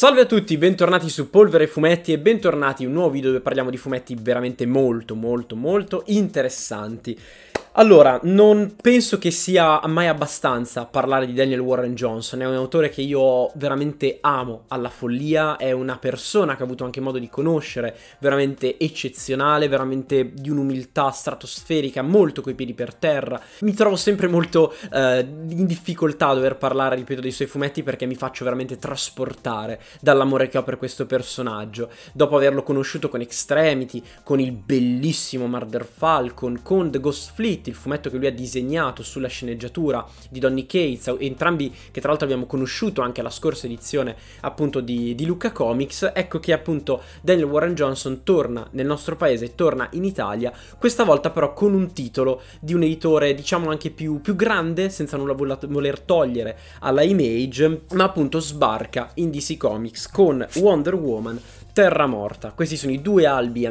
Salve a tutti, bentornati su Polvere Fumetti e bentornati in un nuovo video dove parliamo di fumetti veramente molto interessanti. Allora, non penso che sia mai abbastanza parlare di Daniel Warren Johnson, è un autore che io veramente amo alla follia, è una persona che ho avuto anche modo di conoscere, veramente eccezionale, veramente di un'umiltà stratosferica, molto coi piedi per terra. Mi trovo sempre molto in difficoltà a dover parlare, ripeto, dei suoi fumetti perché mi faccio veramente trasportare dall'amore che ho per questo personaggio. Dopo averlo conosciuto con Extremity, con il bellissimo Murder Falcon, con The Ghost Fleet, il fumetto che lui ha disegnato sulla sceneggiatura di Donny Cates, entrambi che tra l'altro abbiamo conosciuto anche alla scorsa edizione appunto di Lucca Comics, ecco che appunto Daniel Warren Johnson torna nel nostro paese, torna in Italia, questa volta però con un titolo di un editore diciamo anche più grande, senza nulla voler togliere alla Image, ma appunto sbarca in DC Comics con Wonder Woman Terra Morta. Questi sono i due albi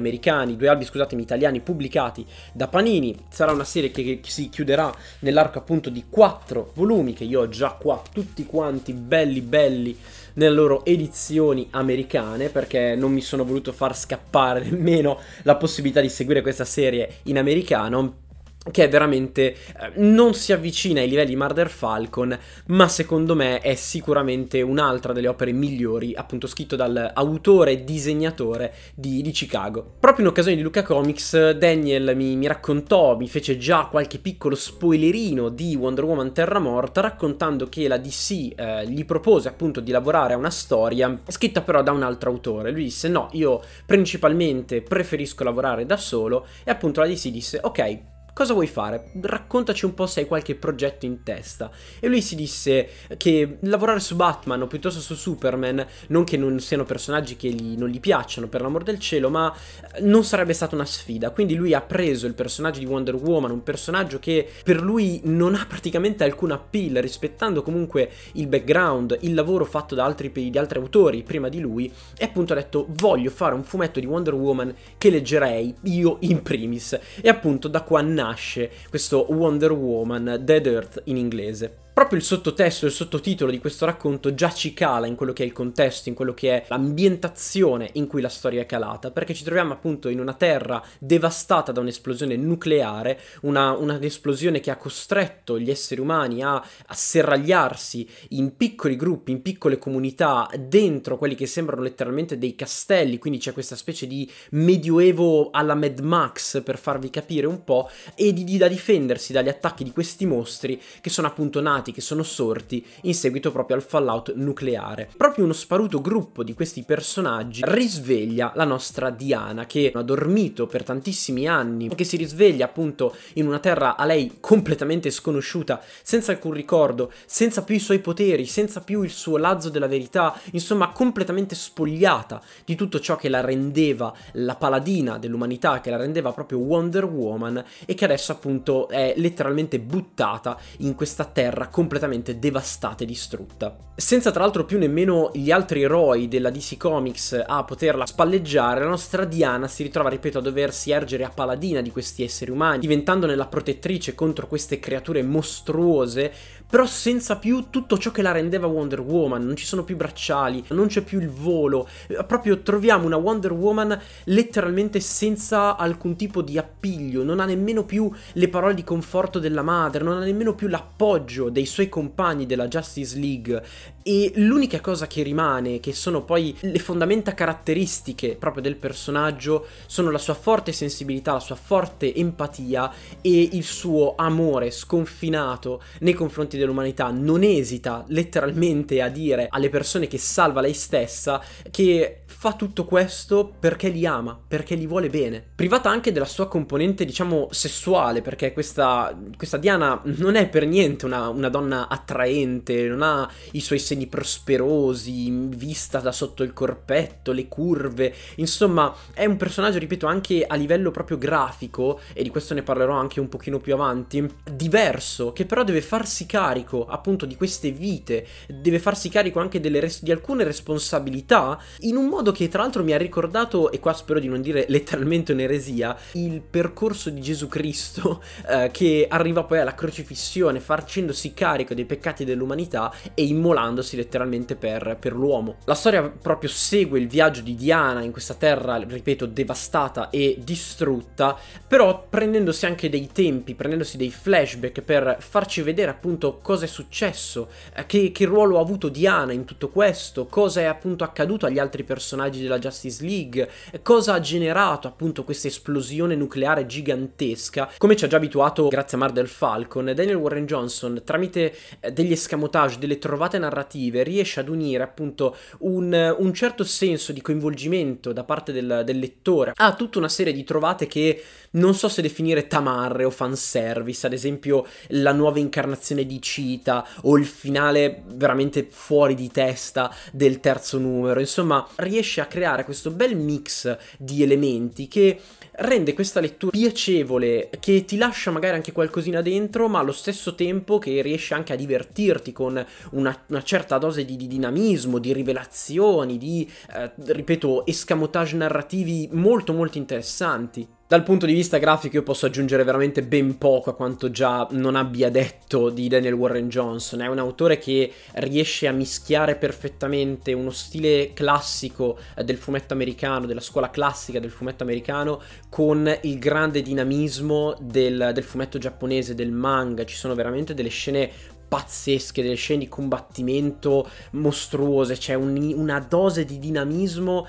italiani pubblicati da Panini. Sarà una serie che si chiuderà nell'arco appunto di 4 volumi che io ho già qua tutti quanti belli nelle loro edizioni americane, perché non mi sono voluto far scappare nemmeno la possibilità di seguire questa serie in americano, che è veramente non si avvicina ai livelli di Murder Falcon, ma secondo me è sicuramente un'altra delle opere migliori, appunto scritto dall'autore e disegnatore di Chicago. Proprio in occasione di Lucca Comics Daniel mi raccontò, mi fece già qualche piccolo spoilerino di Wonder Woman Terra Morta, raccontando che la DC gli propose appunto di lavorare a una storia scritta però da un altro autore. Lui disse no, io principalmente preferisco lavorare da solo, e appunto la DC disse ok, cosa vuoi fare? Raccontaci un po' se hai qualche progetto in testa. E lui si disse che lavorare su Batman o piuttosto su Superman, non che non siano personaggi che non gli piacciono per l'amor del cielo, ma non sarebbe stata una sfida. Quindi lui ha preso il personaggio di Wonder Woman, un personaggio che per lui non ha praticamente alcun appeal, rispettando comunque il background, il lavoro fatto da altri autori prima di lui, e appunto ha detto voglio fare un fumetto di Wonder Woman che leggerei io in primis. E appunto da qua nasce questo Wonder Woman Dead Earth in inglese. Proprio il sottotesto e il sottotitolo di questo racconto già ci cala in quello che è il contesto, in quello che è l'ambientazione in cui la storia è calata, perché ci troviamo appunto in una terra devastata da un'esplosione nucleare, un'esplosione che ha costretto gli esseri umani a serragliarsi in piccoli gruppi, in piccole comunità, dentro quelli che sembrano letteralmente dei castelli, quindi c'è questa specie di medioevo alla Mad Max, per farvi capire un po', e da difendersi dagli attacchi di questi mostri che sono appunto nati, che sono sorti in seguito proprio al fallout nucleare. Proprio uno sparuto gruppo di questi personaggi risveglia la nostra Diana, che ha dormito per tantissimi anni, che si risveglia appunto in una terra a lei completamente sconosciuta, senza alcun ricordo, senza più i suoi poteri, senza più il suo lazzo della verità, insomma completamente spogliata di tutto ciò che la rendeva la paladina dell'umanità, che la rendeva proprio Wonder Woman, e che adesso appunto è letteralmente buttata in questa terra completamente devastata e distrutta. Senza tra l'altro più nemmeno gli altri eroi della DC Comics a poterla spalleggiare, la nostra Diana si ritrova, ripeto, a doversi ergere a paladina di questi esseri umani, diventandone la protettrice contro queste creature mostruose, però senza più tutto ciò che la rendeva Wonder Woman. Non ci sono più bracciali, non c'è più il volo, proprio troviamo una Wonder Woman letteralmente senza alcun tipo di appiglio, non ha nemmeno più le parole di conforto della madre, non ha nemmeno più l'appoggio dei suoi compagni della Justice League, e l'unica cosa che rimane, che sono poi le fondamenta caratteristiche proprio del personaggio, sono la sua forte sensibilità, la sua forte empatia e il suo amore sconfinato nei confronti dell'umanità. Non esita letteralmente a dire alle persone che salva lei stessa che fa tutto questo perché li ama, perché li vuole bene, privata anche della sua componente diciamo sessuale, perché questa Diana non è per niente una donna attraente, non ha i suoi seni prosperosi, vista da sotto il corpetto, le curve, insomma è un personaggio, ripeto, anche a livello proprio grafico, e di questo ne parlerò anche un pochino più avanti, diverso, che però deve farsi carico appunto di queste vite, deve farsi carico anche di alcune responsabilità, in un modo che tra l'altro mi ha ricordato, e qua spero di non dire letteralmente un'eresia, il percorso di Gesù Cristo che arriva poi alla crocifissione facendosi carico dei peccati dell'umanità e immolandosi letteralmente per l'uomo. La storia proprio segue il viaggio di Diana in questa terra, ripeto, devastata e distrutta, però prendendosi anche dei tempi, prendendosi dei flashback per farci vedere appunto cosa è successo, che ruolo ha avuto Diana in tutto questo, cosa è appunto accaduto agli altri personaggi della Justice League, cosa ha generato appunto questa esplosione nucleare gigantesca. Come ci ha già abituato grazie a Marvel Falcon, Daniel Warren Johnson tramite degli escamotage, delle trovate narrative riesce ad unire appunto un certo senso di coinvolgimento da parte del lettore a tutta una serie di trovate che non so se definire tamarre o fanservice, ad esempio la nuova incarnazione di Cheetah o il finale veramente fuori di testa del terzo numero. Insomma, riesce a creare questo bel mix di elementi che rende questa lettura piacevole, che ti lascia magari anche qualcosina dentro, ma allo stesso tempo che riesce anche a divertirti con una certa dose di dinamismo, di rivelazioni, di, ripeto, escamotage narrativi molto molto interessanti. Dal punto di vista grafico io posso aggiungere veramente ben poco a quanto già non abbia detto di Daniel Warren Johnson. È un autore che riesce a mischiare perfettamente uno stile classico del fumetto americano, della scuola classica del fumetto americano, con il grande dinamismo del fumetto giapponese, del manga. Ci sono veramente delle scene pazzesche, delle scene di combattimento mostruose, c'è una dose di dinamismo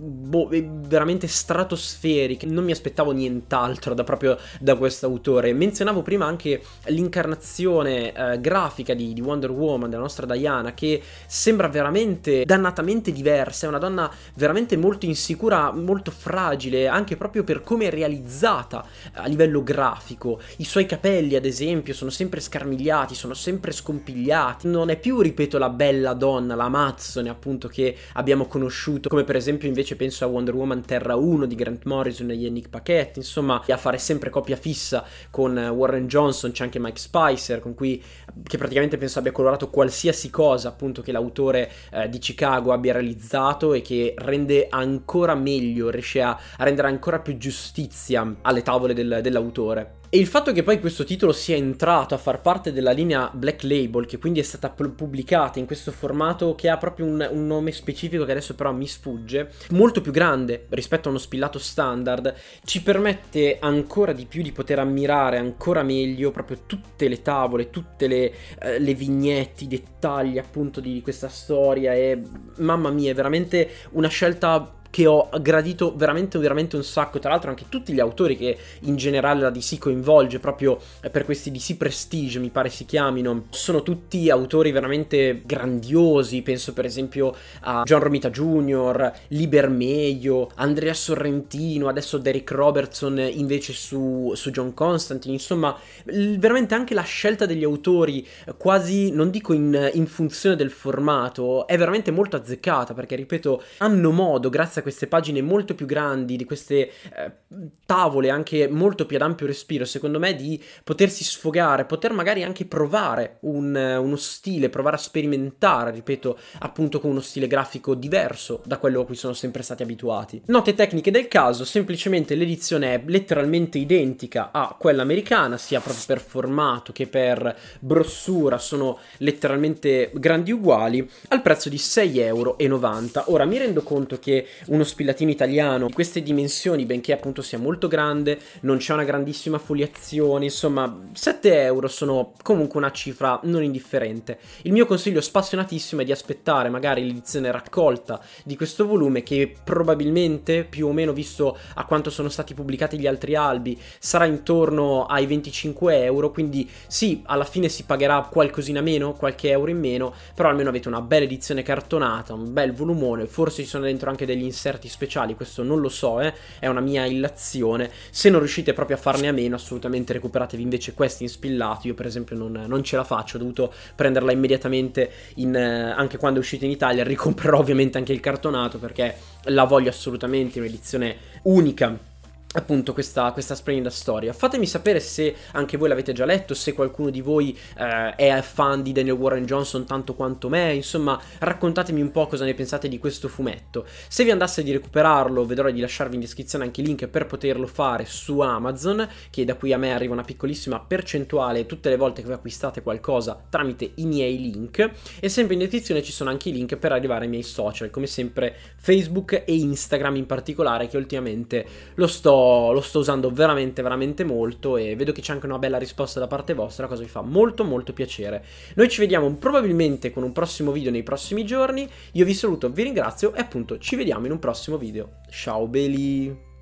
veramente stratosferica. Non mi aspettavo nient'altro proprio da questo autore. Menzionavo prima anche l'incarnazione grafica di Wonder Woman, della nostra Diana, che sembra veramente dannatamente diversa, è una donna veramente molto insicura, molto fragile, anche proprio per come è realizzata a livello grafico. I suoi capelli, ad esempio, sono sempre scarmigliati, sono sempre scompigliati, non è più, ripeto, la bella donna, la Amazzone appunto che abbiamo conosciuto, come per esempio invece penso a Wonder Woman Terra 1 di Grant Morrison e Yannick Paquette. Insomma, a fare sempre coppia fissa con Warren Johnson c'è anche Mike Spicer, che praticamente penso abbia colorato qualsiasi cosa appunto che l'autore di Chicago abbia realizzato, e che rende ancora meglio, riesce a rendere ancora più giustizia alle tavole dell'autore. E il fatto che poi questo titolo sia entrato a far parte della linea Black Label, che quindi è stata pubblicata in questo formato che ha proprio un nome specifico che adesso però mi sfugge, molto più grande rispetto a uno spillato standard, ci permette ancora di più di poter ammirare ancora meglio proprio tutte le tavole, tutte le vignette, i dettagli appunto di questa storia. E mamma mia, è veramente una scelta che ho gradito veramente veramente un sacco. Tra l'altro anche tutti gli autori che in generale la DC coinvolge proprio per questi DC Prestige, mi pare si chiamino, sono tutti autori veramente grandiosi. Penso per esempio a John Romita Jr., Liber Meglio, Andrea Sorrentino, adesso Derek Robertson invece su John Constantine. Insomma, veramente anche la scelta degli autori, quasi non dico in funzione del formato, è veramente molto azzeccata, perché ripeto, hanno modo, grazie a queste pagine molto più grandi, di queste tavole anche molto più ad ampio respiro, secondo me, di potersi sfogare, poter magari anche provare uno stile, provare a sperimentare, ripeto, appunto con uno stile grafico diverso da quello a cui sono sempre stati abituati. Note tecniche del caso: semplicemente l'edizione è letteralmente identica a quella americana, sia proprio per formato che per brossura, sono letteralmente grandi uguali, al prezzo di 6,90 €. Ora mi rendo conto che uno spillatino italiano di queste dimensioni, benché appunto sia molto grande, non c'è una grandissima foliazione, insomma 7 € sono comunque una cifra non indifferente. Il mio consiglio spassionatissimo è di aspettare magari l'edizione raccolta di questo volume, che probabilmente, più o meno visto a quanto sono stati pubblicati gli altri albi, sarà intorno ai 25 €, quindi sì, alla fine si pagherà qualcosina meno, qualche euro in meno, però almeno avete una bella edizione cartonata, un bel volumone. Forse ci sono dentro anche degli inserti speciali, questo non lo so, è una mia illazione. Se non riuscite proprio a farne a meno, assolutamente recuperatevi invece questi in spillato. Io per esempio non ce la faccio, ho dovuto prenderla immediatamente anche quando è uscita in Italia. Ricomprerò ovviamente anche il cartonato perché la voglio assolutamente, un'edizione unica appunto questa splendida storia. Fatemi sapere se anche voi l'avete già letto, se qualcuno di voi è fan di Daniel Warren Johnson tanto quanto me, insomma raccontatemi un po' cosa ne pensate di questo fumetto. Se vi andasse di recuperarlo, vedrò di lasciarvi in descrizione anche i link per poterlo fare su Amazon, che da qui a me arriva una piccolissima percentuale tutte le volte che voi acquistate qualcosa tramite i miei link, e sempre in descrizione ci sono anche i link per arrivare ai miei social, come sempre Facebook e Instagram in particolare, che ultimamente lo sto usando veramente veramente molto, e vedo che c'è anche una bella risposta da parte vostra, cosa mi fa molto molto piacere. Noi ci vediamo probabilmente con un prossimo video nei prossimi giorni. Io vi saluto, vi ringrazio e appunto ci vediamo in un prossimo video. Ciao belli!